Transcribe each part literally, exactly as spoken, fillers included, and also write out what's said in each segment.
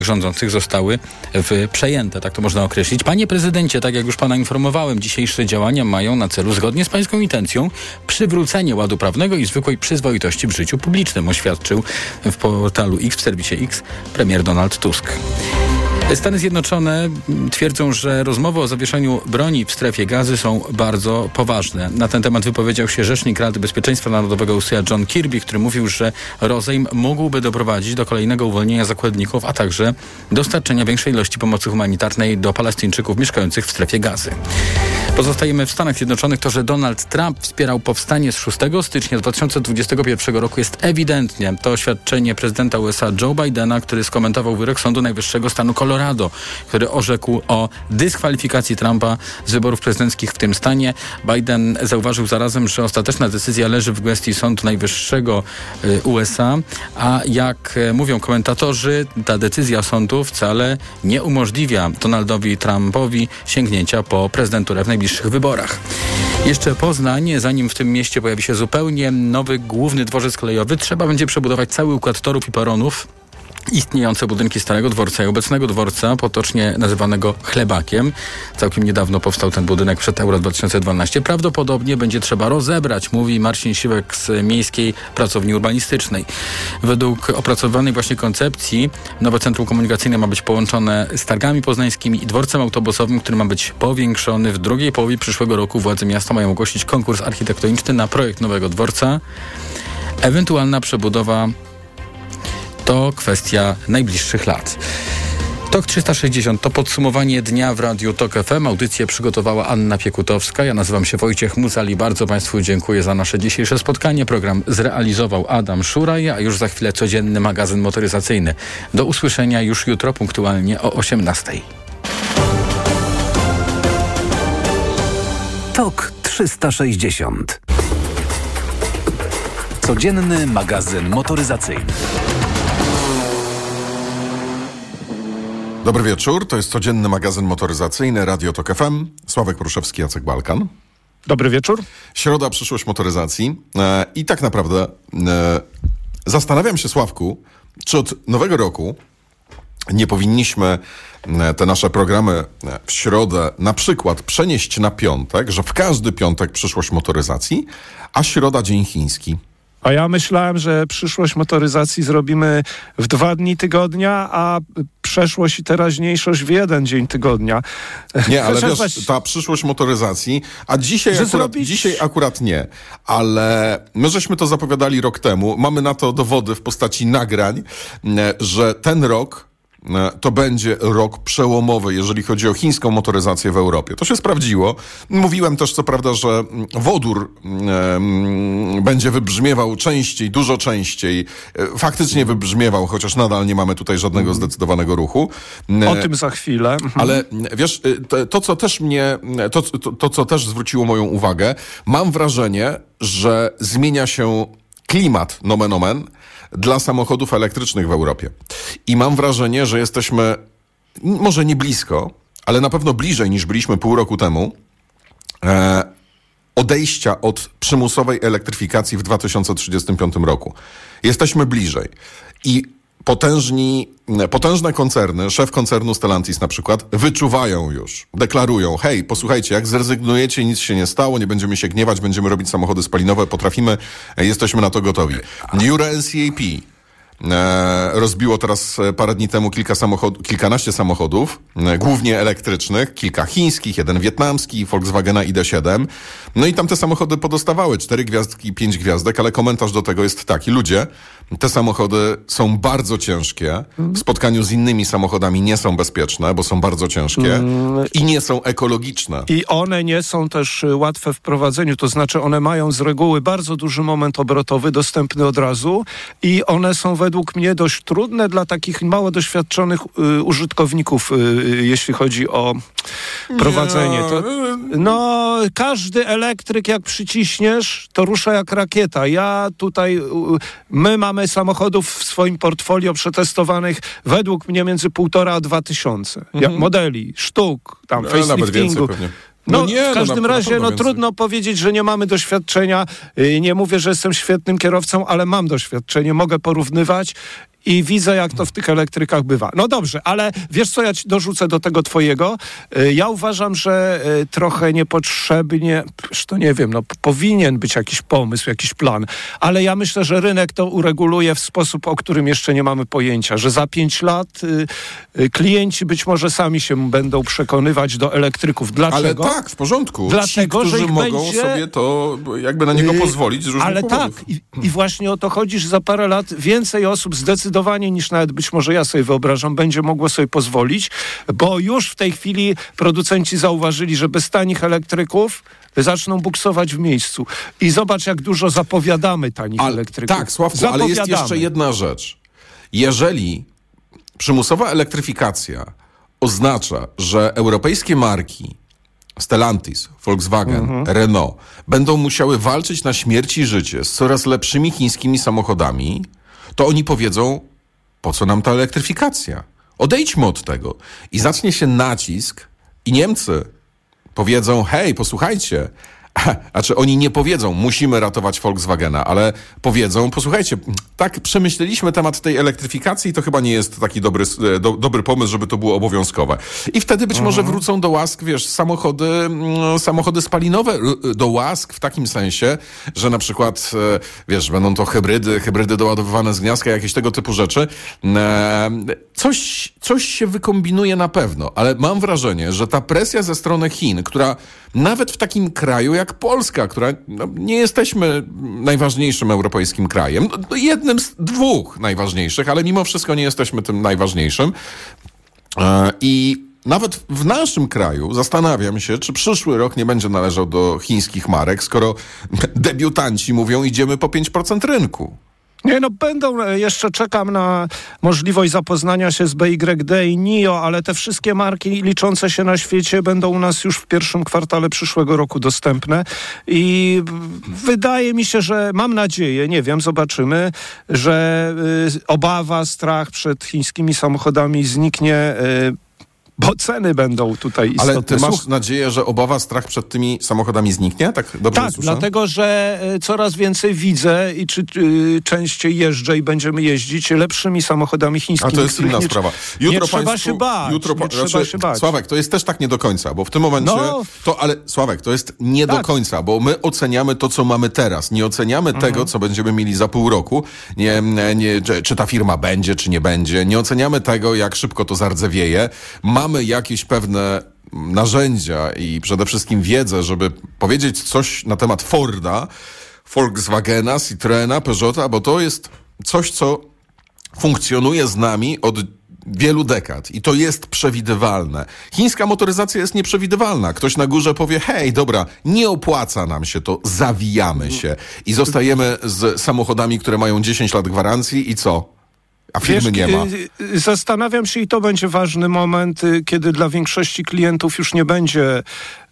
rządzących zostały w przejęte, tak to można określić. Panie prezydencie, tak jak już pana informowałem, dzisiejsze działania mają na celu, zgodnie z pańską intencją, przywrócenie ładu prawnego i zwykłej przyzwoitości w życiu publicznym, oświadczył w portalu X, w serwisie X, premier Donald Tusk. Stany Zjednoczone twierdzą, że rozmowy o zawieszeniu broni w strefie Gazy są bardzo poważne. Na ten temat wypowiedział się rzecznik Rady Bezpieczeństwa Narodowego U S A John Kirby, który mówił, że rozejm mógłby doprowadzić do kolejnego uwolnienia zakładników, a także dostarczenia większej ilości pomocy humanitarnej do Palestyńczyków mieszkających w strefie Gazy. Pozostajemy w Stanach Zjednoczonych. To, że Donald Trump wspierał powstanie z szóstego stycznia dwa tysiące dwudziestego pierwszego roku jest ewidentnie. To oświadczenie prezydenta U S A Joe Bidena, który skomentował wyrok Sądu Najwyższego stanu Colorado, który orzekł o dyskwalifikacji Trumpa z wyborów prezydenckich w tym stanie. Biden zauważył zarazem, że ostateczna decyzja leży w gestii Sądu Najwyższego U S A, a jak mówią komentatorzy, ta decyzja sądu wcale nie umożliwia Donaldowi Trumpowi sięgnięcia po prezydenturę w najbliższych wyborach. Jeszcze Poznań, zanim w tym mieście pojawi się zupełnie nowy główny dworzec kolejowy, trzeba będzie przebudować cały układ torów i peronów. Istniejące budynki Starego Dworca i obecnego dworca, potocznie nazywanego Chlebakiem. Całkiem niedawno powstał ten budynek przed Euro dwa tysiące dwanaście. Prawdopodobnie będzie trzeba rozebrać, mówi Marcin Siwek z Miejskiej Pracowni Urbanistycznej. Według opracowanej właśnie koncepcji nowe centrum komunikacyjne ma być połączone z targami poznańskimi i dworcem autobusowym, który ma być powiększony. W drugiej połowie przyszłego roku władze miasta mają ogłosić konkurs architektoniczny na projekt nowego dworca. Ewentualna przebudowa to kwestia najbliższych lat. Tok trzysta sześćdziesiąt to podsumowanie dnia w Radiu Tok F M. Audycję przygotowała Anna Piekutowska. Ja nazywam się Wojciech Mucal i bardzo Państwu dziękuję za nasze dzisiejsze spotkanie. Program zrealizował Adam Szuraj, a już za chwilę codzienny magazyn motoryzacyjny. Do usłyszenia już jutro punktualnie o osiemnastej. Tok trzysta sześćdziesiąt. Codzienny magazyn motoryzacyjny. Dobry wieczór, to jest codzienny magazyn motoryzacyjny Radio Tok F M. Sławek Pruszewski, Jacek Balkan. Dobry wieczór. Środa, przyszłość motoryzacji. E, I tak naprawdę e, zastanawiam się, Sławku, czy od nowego roku nie powinniśmy e, te nasze programy w środę na przykład przenieść na piątek, że w każdy piątek przyszłość motoryzacji, a środa dzień chiński. A ja myślałem, że przyszłość motoryzacji zrobimy w dwa dni tygodnia, a przeszłość i teraźniejszość w jeden dzień tygodnia. Nie, ale wiesz, ta przyszłość motoryzacji, a dzisiaj akurat, zrobić... dzisiaj akurat nie, ale my żeśmy to zapowiadali rok temu, mamy na to dowody w postaci nagrań, że ten rok to będzie rok przełomowy, jeżeli chodzi o chińską motoryzację w Europie. To się sprawdziło. Mówiłem też, co prawda, że wodór e, będzie wybrzmiewał częściej, dużo częściej. E, faktycznie wybrzmiewał, chociaż nadal nie mamy tutaj żadnego zdecydowanego ruchu. E, o tym za chwilę. Ale wiesz, to, to co też mnie, to, to, to co też zwróciło moją uwagę, mam wrażenie, że zmienia się klimat, nomen omen, dla samochodów elektrycznych w Europie. I mam wrażenie, że jesteśmy może nie blisko, ale na pewno bliżej niż byliśmy pół roku temu e, odejścia od przymusowej elektryfikacji w dwa tysiące trzydziestym piątym roku. Jesteśmy bliżej. I potężni, potężne koncerny, szef koncernu Stellantis na przykład, wyczuwają już, deklarują, hej, posłuchajcie, jak zrezygnujecie, nic się nie stało, nie będziemy się gniewać, będziemy robić samochody spalinowe, potrafimy, jesteśmy na to gotowi. Euro N C A P e, rozbiło teraz parę dni temu kilka samochod- kilkanaście samochodów, e, głównie elektrycznych, kilka chińskich, jeden wietnamski, Volkswagena I D siedem. No i tam te samochody podostawały cztery gwiazdki, pięć gwiazdek, ale komentarz do tego jest taki, ludzie, te samochody są bardzo ciężkie, w spotkaniu z innymi samochodami nie są bezpieczne, bo są bardzo ciężkie mm. i nie są ekologiczne. I one nie są też łatwe w prowadzeniu, to znaczy one mają z reguły bardzo duży moment obrotowy, dostępny od razu i one są według mnie dość trudne dla takich mało doświadczonych y, użytkowników, y, jeśli chodzi o prowadzenie. To, no, każdy elektryk jak przyciśniesz, to rusza jak rakieta. Ja tutaj, y, my mamy samochodów w swoim portfolio przetestowanych według mnie między półtora a dwa tysiące. Mhm. Modeli, sztuk, tam no, faceliftingu. No, no nie, w każdym no, na, razie, na no trudno powiedzieć, że nie mamy doświadczenia. Yy, nie mówię, że jestem świetnym kierowcą, ale mam doświadczenie, mogę porównywać i widzę, jak to w tych elektrykach bywa. No dobrze, ale wiesz co, ja ci dorzucę do tego twojego. Ja uważam, że trochę niepotrzebnie, to nie wiem, no powinien być jakiś pomysł, jakiś plan, ale ja myślę, że rynek to ureguluje w sposób, o którym jeszcze nie mamy pojęcia, że za pięć lat y, y, klienci być może sami się będą przekonywać do elektryków. Dlaczego? Ale tak, w porządku. Dlatego, Ci, którzy że ich mogą będzie... sobie to jakby na niego pozwolić z różnych Ale powodów. tak, i, i właśnie o to chodzi, że za parę lat więcej osób zdecydowanie niż nawet być może ja sobie wyobrażam, będzie mogło sobie pozwolić, bo już w tej chwili producenci zauważyli, że bez tanich elektryków zaczną buksować w miejscu. I zobacz, jak dużo zapowiadamy tanich ale, elektryków. Tak, Sławku, ale jest jeszcze jedna rzecz. Jeżeli przymusowa elektryfikacja oznacza, że europejskie marki Stellantis, Volkswagen, mhm. Renault będą musiały walczyć na śmierć i życie z coraz lepszymi chińskimi samochodami, to oni powiedzą, po co nam ta elektryfikacja? Odejdźmy od tego. I zacznie się nacisk i Niemcy powiedzą, hej, posłuchajcie, znaczy oni nie powiedzą, musimy ratować Volkswagena, ale powiedzą, posłuchajcie, tak przemyśleliśmy temat tej elektryfikacji i to chyba nie jest taki dobry, do, dobry pomysł, żeby to było obowiązkowe. I wtedy być może wrócą do łask, wiesz, samochody, samochody spalinowe, do łask w takim sensie, że na przykład, wiesz, będą to hybrydy, hybrydy doładowywane z gniazdka, jakieś tego typu rzeczy. Coś, coś się wykombinuje na pewno, ale mam wrażenie, że ta presja ze strony Chin, która nawet w takim kraju jak Polska, która no, nie jesteśmy najważniejszym europejskim krajem, no, jednym z dwóch najważniejszych, ale mimo wszystko nie jesteśmy tym najważniejszym. E, I nawet w naszym kraju zastanawiam się, czy przyszły rok nie będzie należał do chińskich marek, skoro debiutanci mówią, idziemy po pięć procent rynku. Nie, no będą, jeszcze czekam na możliwość zapoznania się z B Y D i N I O, ale te wszystkie marki liczące się na świecie będą u nas już w pierwszym kwartale przyszłego roku dostępne i wydaje mi się, że mam nadzieję, nie wiem, zobaczymy, że y, obawa, strach przed chińskimi samochodami zniknie, y, bo ceny będą tutaj istotne. Ale ty masz Słuch... nadzieję, że obawa, strach przed tymi samochodami zniknie? Tak dobrze Tak, słyszę? dlatego, że coraz więcej widzę i czy y, częściej jeżdżę i będziemy jeździć lepszymi samochodami chińskimi. A to jest inna nie, sprawa. Jutro nie trzeba się bać. Jutro, nie znaczy, trzeba się bać. Sławek, to jest też tak nie do końca, bo w tym momencie... No. To, ale Sławek, to jest nie tak. do końca, bo my oceniamy to, co mamy teraz. Nie oceniamy mhm. tego, co będziemy mieli za pół roku. Nie, nie, czy, czy ta firma będzie, czy nie będzie. Nie oceniamy tego, jak szybko to zardzewieje. Mamy jakieś pewne narzędzia i przede wszystkim wiedzę, żeby powiedzieć coś na temat Forda, Volkswagena, Citroena, Peugeota, bo to jest coś, co funkcjonuje z nami od wielu dekad i to jest przewidywalne. Chińska motoryzacja jest nieprzewidywalna. Ktoś na górze powie, hej, dobra, nie opłaca nam się to, zawijamy się i zostajemy z samochodami, które mają dziesięć lat gwarancji i co? A firmy Wiesz, nie ma. Zastanawiam się i to będzie ważny moment, kiedy dla większości klientów już nie będzie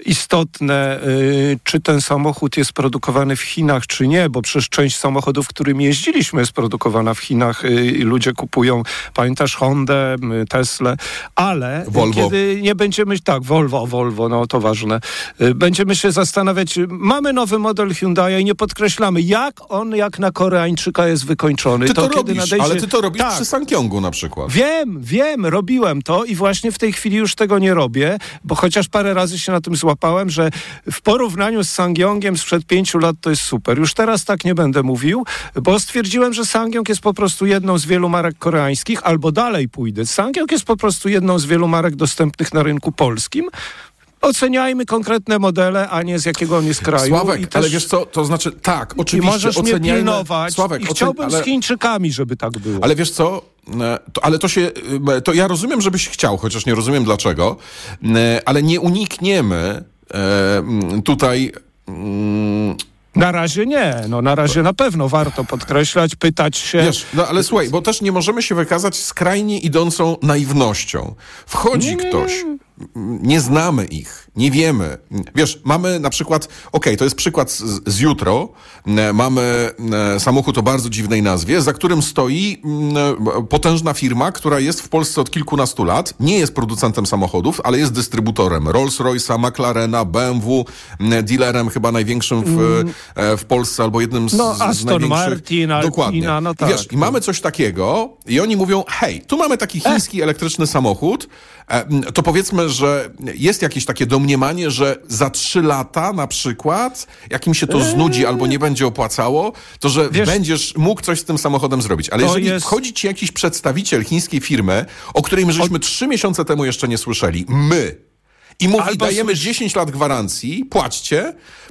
istotne, czy ten samochód jest produkowany w Chinach, czy nie, bo przecież część samochodów, którymi jeździliśmy, jest produkowana w Chinach i ludzie kupują, pamiętasz, Hondę, Teslę, ale Volvo. Kiedy nie będziemy, tak, Volvo, Volvo, no to ważne, będziemy się zastanawiać, mamy nowy model Hyundai i nie podkreślamy, jak on, jak na Koreańczyka jest wykończony. Ty to, to robisz, kiedy nadejdzie... ale ty to robisz tak. przy Sankyongu na przykład. Wiem, wiem, robiłem to i właśnie w tej chwili już tego nie robię, bo chociaż parę razy się na tym złapałem, że w porównaniu z Sangyongiem sprzed pięciu lat to jest super. Już teraz tak nie będę mówił, bo stwierdziłem, że Sangyong jest po prostu jedną z wielu marek koreańskich, albo dalej pójdę. Sangyong jest po prostu jedną z wielu marek dostępnych na rynku polskim. Oceniajmy konkretne modele, a nie z jakiego on jest kraju. Sławek, I też... ale wiesz co, to znaczy, tak, oczywiście, I możesz oceniajmy... mnie pilnować. Sławek, I chciałbym ocen... ale... z Chińczykami, żeby tak było. Ale wiesz co, to, ale to się, to ja rozumiem, żebyś chciał, chociaż nie rozumiem dlaczego, ale nie unikniemy e, tutaj... Mm, Na razie nie, no na razie na pewno warto podkreślać, pytać się. Wiesz, no ale słuchaj, bo też nie możemy się wykazać skrajnie idącą naiwnością. Wchodzi nie, nie, ktoś nie znamy ich, nie wiemy. Wiesz, mamy na przykład, okej, okay, to jest przykład z, z jutro, mamy samochód o bardzo dziwnej nazwie, za którym stoi potężna firma, która jest w Polsce od kilkunastu lat, nie jest producentem samochodów, ale jest dystrybutorem Rolls-Royce'a, McLarena, B M W, dealerem chyba największym w, w Polsce, albo jednym z, no, z Aston największych. Martin, Dokładnie. Alpina, no tak. I wiesz, i mamy coś takiego i oni mówią, hej, tu mamy taki chiński elektryczny samochód, to powiedzmy, że jest jakieś takie domniemanie, że za trzy lata na przykład, jak im się to znudzi albo nie będzie opłacało, to że Wiesz, będziesz mógł coś z tym samochodem zrobić. Ale jeżeli jest... wchodzi ci jakiś przedstawiciel chińskiej firmy, o której my żeśmy o... trzy miesiące temu jeszcze nie słyszeli, my, i mówi, albo dajemy słysz... dziesięć lat gwarancji, płaćcie.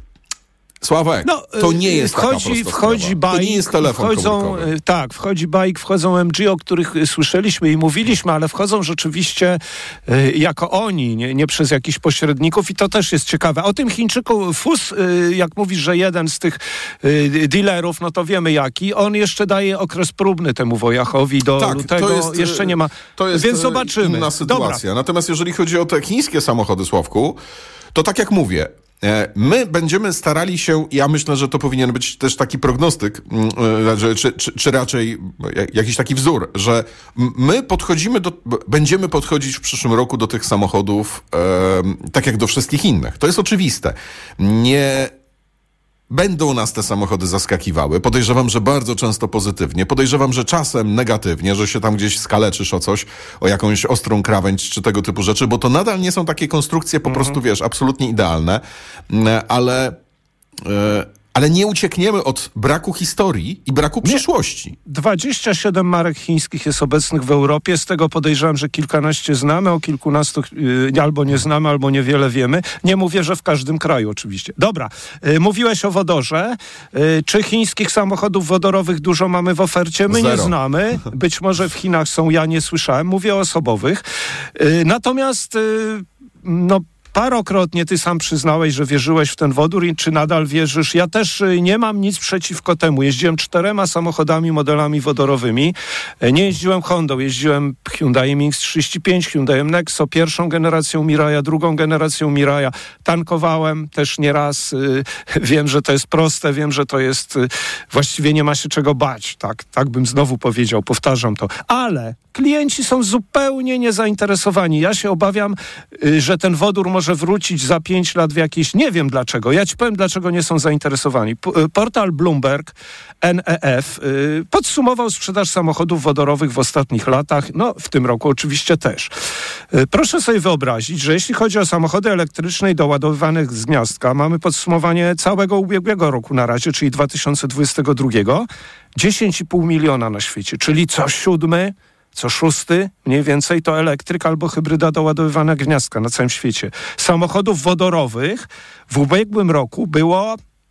Sławek, no, to nie jest wchodzi, taka prosta wchodzi sprawa. bajk, To nie jest telefon wchodzą, komórkowy. Tak, wchodzi bajk, wchodzą M G, o których słyszeliśmy i mówiliśmy, ale wchodzą rzeczywiście y, jako oni, nie, nie przez jakichś pośredników i to też jest ciekawe. O tym Chińczyku Fus, y, jak mówisz, że jeden z tych y, dealerów, no to wiemy jaki, on jeszcze daje okres próbny temu Wojachowi do tak, lutego, to jest, jeszcze nie ma, to jest więc zobaczymy. Inna sytuacja. Dobra. Natomiast jeżeli chodzi o te chińskie samochody, Sławku, to tak jak mówię, my będziemy starali się, ja myślę, że to powinien być też taki prognostyk, czy, czy, czy raczej jakiś taki wzór, że my podchodzimy do, będziemy podchodzić w przyszłym roku do tych samochodów e, tak jak do wszystkich innych. To jest oczywiste. Nie będą nas te samochody zaskakiwały. Podejrzewam, że bardzo często pozytywnie. Podejrzewam, że czasem negatywnie, że się tam gdzieś skaleczysz o coś, o jakąś ostrą krawędź czy tego typu rzeczy, bo to nadal nie są takie konstrukcje po mhm. prostu, wiesz, absolutnie idealne, ale... E, Ale nie uciekniemy od braku historii i braku nie. przyszłości. dwadzieścia siedem marek chińskich jest obecnych w Europie. Z tego podejrzewam, że kilkanaście znamy, o kilkunastu yy, albo nie znamy, albo niewiele wiemy. Nie mówię, że w każdym kraju oczywiście. Dobra, yy, mówiłeś o wodorze. Yy, czy chińskich samochodów wodorowych dużo mamy w ofercie? My Zero. nie znamy. Być może w Chinach są, ja nie słyszałem. Mówię o osobowych. Yy, natomiast yy, no parokrotnie ty sam przyznałeś, że wierzyłeś w ten wodór i czy nadal wierzysz? Ja też nie mam nic przeciwko temu. Jeździłem czterema samochodami, modelami wodorowymi. Nie jeździłem Hondą, jeździłem Hyundaiem X trzydzieści pięć, Hyundaiem Nexo, pierwszą generacją Miraja, drugą generacją Miraja. Tankowałem też nieraz. Wiem, że to jest proste, wiem, że to jest... Właściwie nie ma się czego bać. Tak, tak bym znowu powiedział, powtarzam to. Ale klienci są zupełnie niezainteresowani. Ja się obawiam, że ten wodór może wrócić za pięć lat w jakieś... Nie wiem dlaczego. Ja ci powiem, dlaczego nie są zainteresowani. P- portal Bloomberg, N E F, yy, podsumował sprzedaż samochodów wodorowych w ostatnich latach. No, w tym roku oczywiście też. Yy, proszę sobie wyobrazić, że jeśli chodzi o samochody elektryczne i doładowywanych z gniazdka, mamy podsumowanie całego ubiegłego roku na razie, czyli dwa tysiące dwudziestego drugiego. dziesięć i pół miliona na świecie, czyli co siódmy, co szósty mniej więcej to elektryk albo hybryda doładowywana gniazdka na całym świecie. Samochodów wodorowych w ubiegłym roku było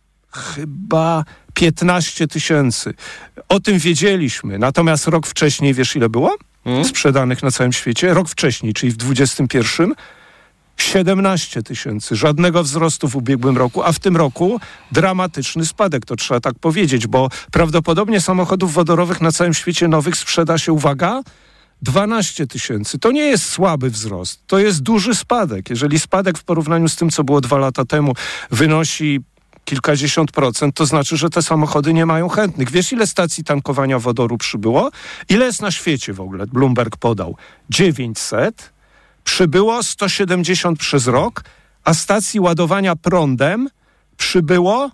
chyba piętnaście tysięcy. O tym wiedzieliśmy. Natomiast rok wcześniej, wiesz ile było hmm? sprzedanych na całym świecie? Rok wcześniej, czyli w dwudziestym pierwszym siedemnaście tysięcy. Żadnego wzrostu w ubiegłym roku, a w tym roku dramatyczny spadek, to trzeba tak powiedzieć, bo prawdopodobnie samochodów wodorowych na całym świecie nowych sprzeda się, uwaga, dwanaście tysięcy. To nie jest słaby wzrost, to jest duży spadek. Jeżeli spadek w porównaniu z tym, co było dwa lata temu, wynosi kilkadziesiąt procent, to znaczy, że te samochody nie mają chętnych. Wiesz, ile stacji tankowania wodoru przybyło? Ile jest na świecie w ogóle? Bloomberg podał. dziewięćset. Przybyło sto siedemdziesiąt przez rok, a stacji ładowania prądem przybyło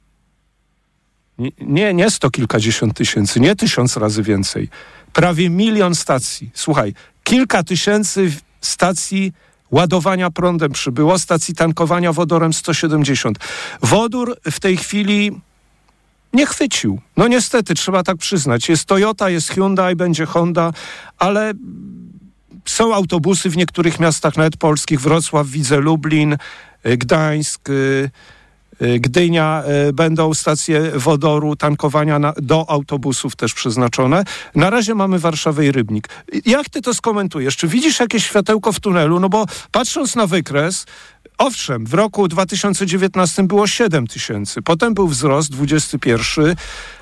nie, nie sto kilkadziesiąt tysięcy, nie tysiąc razy więcej. Prawie milion stacji. Słuchaj, kilka tysięcy stacji ładowania prądem przybyło, stacji tankowania wodorem sto siedemdziesiąt. Wodór w tej chwili nie chwycił. No niestety, trzeba tak przyznać. Jest Toyota, jest Hyundai, będzie Honda, ale... Są autobusy w niektórych miastach, nawet polskich, Wrocław, widzę, Lublin, Gdańsk, Gdynia, będą stacje wodoru, tankowania na, do autobusów też przeznaczone. Na razie mamy Warszawę i Rybnik. Jak ty to skomentujesz? Czy widzisz jakieś światełko w tunelu? No bo patrząc na wykres, owszem, w roku dwa tysiące dziewiętnastym było siedem tysięcy, potem był wzrost dwudziesty pierwszy.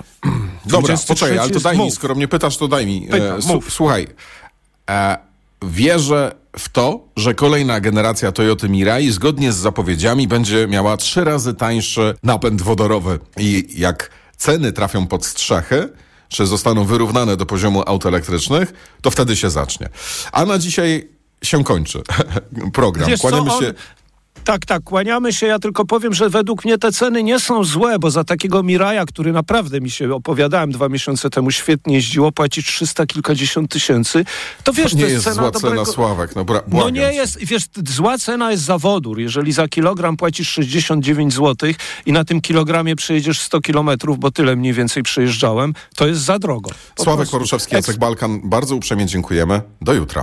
Dobra, poczekaj, ale to daj mi, skoro mnie pytasz, to daj mi. Pytam, e, s- słuchaj, e, w Wierzę w to, że kolejna generacja Toyoty Mirai zgodnie z zapowiedziami będzie miała trzy razy tańszy napęd wodorowy. I jak ceny trafią pod strzechy, czy zostaną wyrównane do poziomu aut elektrycznych, to wtedy się zacznie. A na dzisiaj się kończy program. Wiesz Kłaniamy co, on... się... Tak, tak, kłaniamy się. Ja tylko powiem, że według mnie te ceny nie są złe, bo za takiego Miraja, który naprawdę mi się, opowiadałem dwa miesiące temu, świetnie jeździło, płacić trzysta kilkadziesiąt tysięcy, to wiesz, to nie to jest, jest cena zła dobrego... cena, Sławek. No, bra- no nie jest, wiesz, zła cena jest za wodór. Jeżeli za kilogram płacisz sześćdziesiąt dziewięć złotych i na tym kilogramie przejedziesz sto kilometrów, bo tyle mniej więcej przejeżdżałem, to jest za drogo. Po Sławek prostu. Poruszewski, Jacek Balkan, bardzo uprzejmie dziękujemy. Do jutra.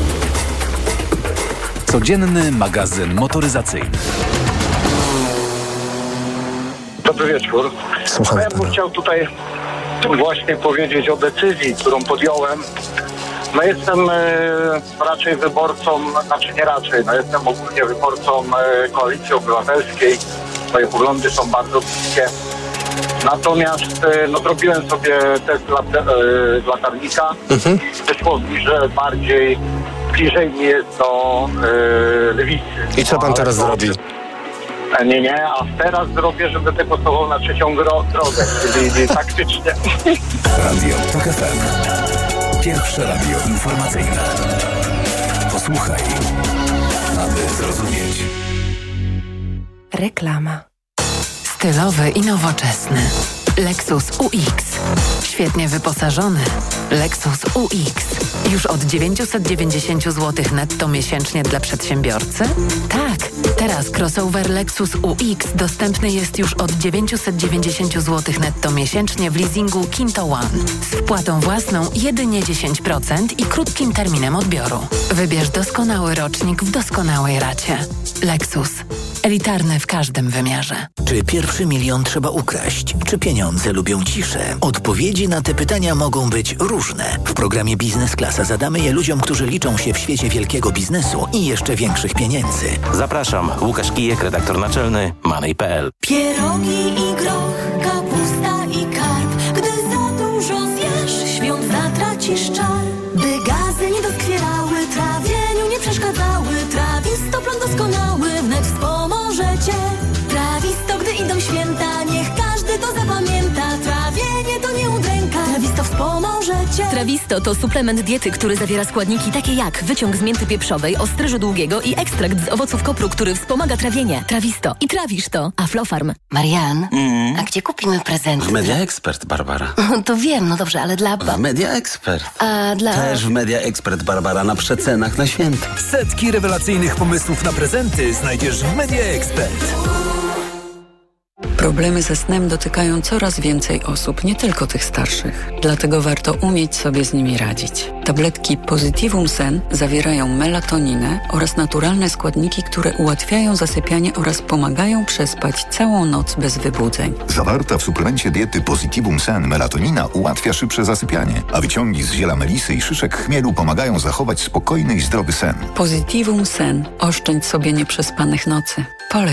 Codzienny magazyn motoryzacyjny. Dobry wieczór. Słucham Ja bym pana. chciał tutaj właśnie powiedzieć o decyzji, którą podjąłem. No jestem e, raczej wyborcą, znaczy nie raczej, no jestem ogólnie wyborcą e, Koalicji Obywatelskiej. Moje poglądy są bardzo bliskie. Natomiast e, no, zrobiłem sobie test lat, e, latarnika. Mhm. Wyszło mi, że bardziej bliżej mi jest do e, lewicy. I co pan No, teraz ale to- zrobi? E, Nie, nie, a teraz zrobię, że będę głosował na trzecią gro- drogę, czyli taktycznie. Radio Tok F M. Pierwsze radio informacyjne. Posłuchaj, aby zrozumieć. Reklama. Stylowy i nowoczesny. Lexus U X. Świetnie wyposażony. Lexus U X. Już od dziewięćset dziewięćdziesiąt złotych netto miesięcznie dla przedsiębiorcy? Tak, teraz crossover Lexus U X dostępny jest już od dziewięćset dziewięćdziesiąt złotych netto miesięcznie w leasingu Kinto One. Z wpłatą własną jedynie dziesięć procent i krótkim terminem odbioru. Wybierz doskonały rocznik w doskonałej racie. Lexus. Elitarny w każdym wymiarze. Czy pierwszy milion trzeba ukraść? Czy pieniądze lubią ciszę? Odpowiedzi na te pytania mogą być różne. W programie Biznes Klasa zadamy je ludziom, którzy liczą się w świecie wielkiego biznesu i jeszcze większych pieniędzy. Zapraszam, Łukasz Kijek, redaktor naczelny Money kropka p l. Pierogi i groch, kapusta i karp. Gdy za dużo zjesz, świąt zatracisz czar. By gazy nie doskwierały, trawieniu nie przeszkadzały. Trawisto plan doskonały wnet wspomoże cię. Trawisto, gdy idą święta, niech każdy to zapamięta. Trawienie to nie udręka, Trawisto wspomoże cię. Trawisto to suplement diety, który zawiera składniki takie jak wyciąg z mięty pieprzowej, ostryżu długiego i ekstrakt z owoców kopru, który wspomaga trawienie. Trawisto. I trawisz to. Aflofarm. Marian, mm. a gdzie kupimy prezenty? W Media Expert, Barbara. To wiem, no dobrze, ale dla... W Media Expert. A dla... Też w Media Expert, Barbara, na przecenach na święta. Setki rewelacyjnych pomysłów na prezenty znajdziesz w Media Expert. Problemy ze snem dotykają coraz więcej osób, nie tylko tych starszych. Dlatego warto umieć sobie z nimi radzić. Tabletki Positivum Sen zawierają melatoninę oraz naturalne składniki, które ułatwiają zasypianie oraz pomagają przespać całą noc bez wybudzeń. Zawarta w suplemencie diety Positivum Sen melatonina ułatwia szybsze zasypianie, a wyciągi z ziela melisy i szyszek chmielu pomagają zachować spokojny i zdrowy sen. Positivum Sen. Oszczędź sobie nieprzespanych nocy. Polecam.